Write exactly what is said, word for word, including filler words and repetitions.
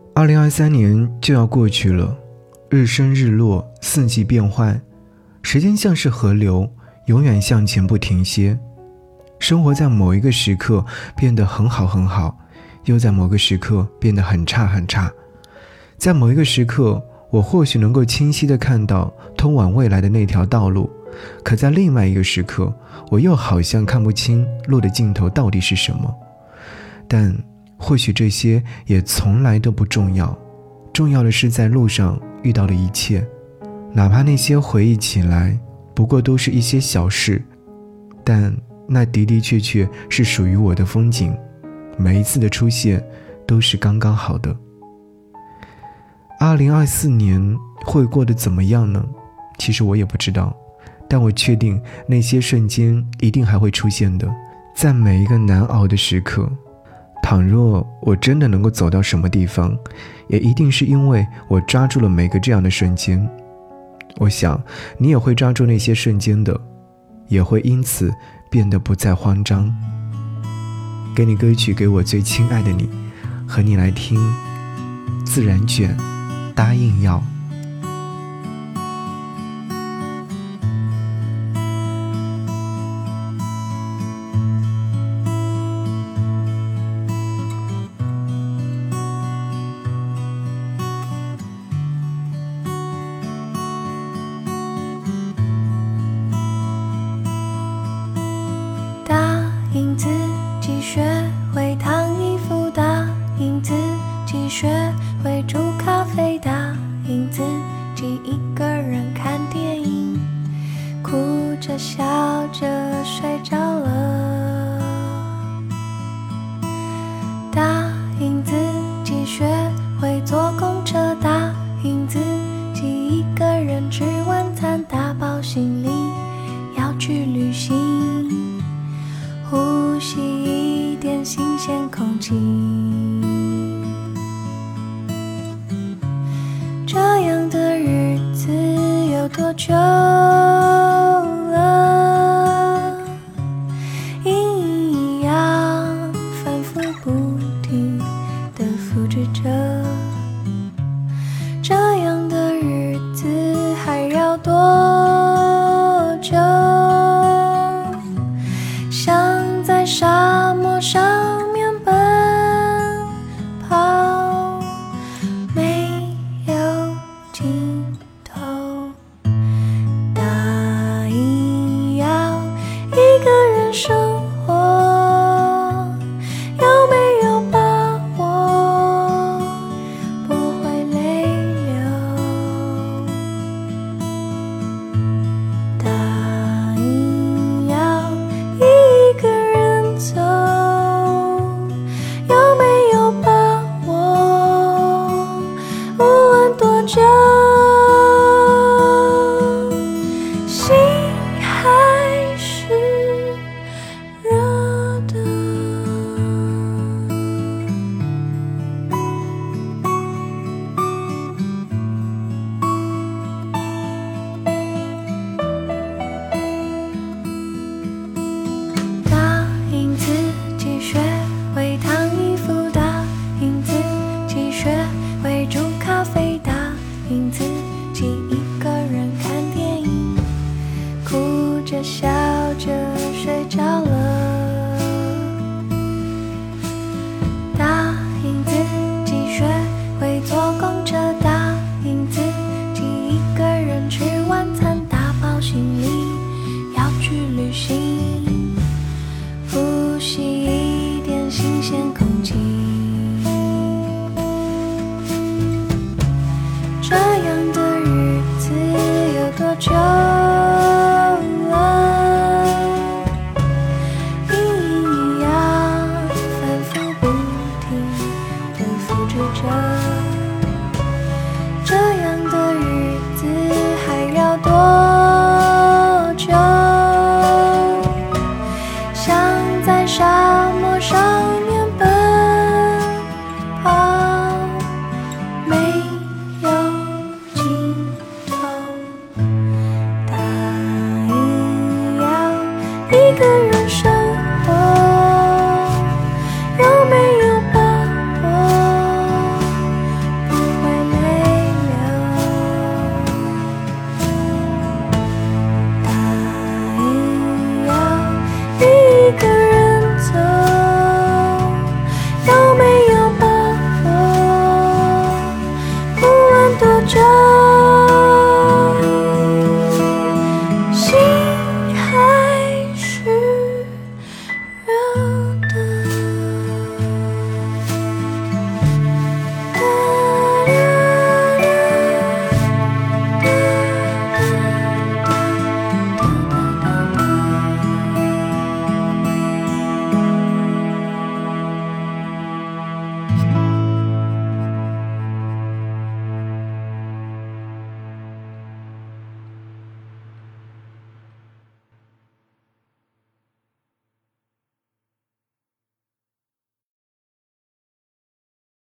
二零二三年就要过去了，日升日落，四季变换，时间像是河流，永远向前不停歇。生活在某一个时刻变得很好很好，又在某个时刻变得很差很差。在某一个时刻，我或许能够清晰地看到通往未来的那条道路，可在另外一个时刻，我又好像看不清路的尽头到底是什么。但或许这些也从来都不重要，重要的是在路上遇到的一切，哪怕那些回忆起来不过都是一些小事，但那的的确确是属于我的风景，每一次的出现都是刚刚好的。二零二四年会过得怎么样呢？其实我也不知道，但我确定那些瞬间一定还会出现的，在每一个难熬的时刻。倘若我真的能够走到什么地方，也一定是因为我抓住了每个这样的瞬间。我想你也会抓住那些瞬间的，也会因此变得不再慌张。给你歌曲，给我最亲爱的你，和你来听自然卷，答应要。 答应自己学会烫衣服，答应自己学会煮咖啡，答应自己一个人看电影，哭着笑着睡着了。答应自己学会坐公车，答应自己一个人吃晚餐，打包行李要去旅行，呼吸一点新鲜空气。这样的日子有多久了？一样反复不停地复制着。这样的日子还要多久？像在沙漠上面奔跑，没有尽头。答应要一个人生活，有没有把握不会泪流？答应要一个人走，有没有把握无论多久，心还是热的。答应自己学会烫衣服，答应自己学会煮咖啡，答应自己一个人看电影，哭着笑着睡着了。答应自己学会坐公车，答应自己一个人吃晚餐，打包行李要去旅行，呼吸一点新鲜空气。这样的日子有多久了？一样反复不停地复制着。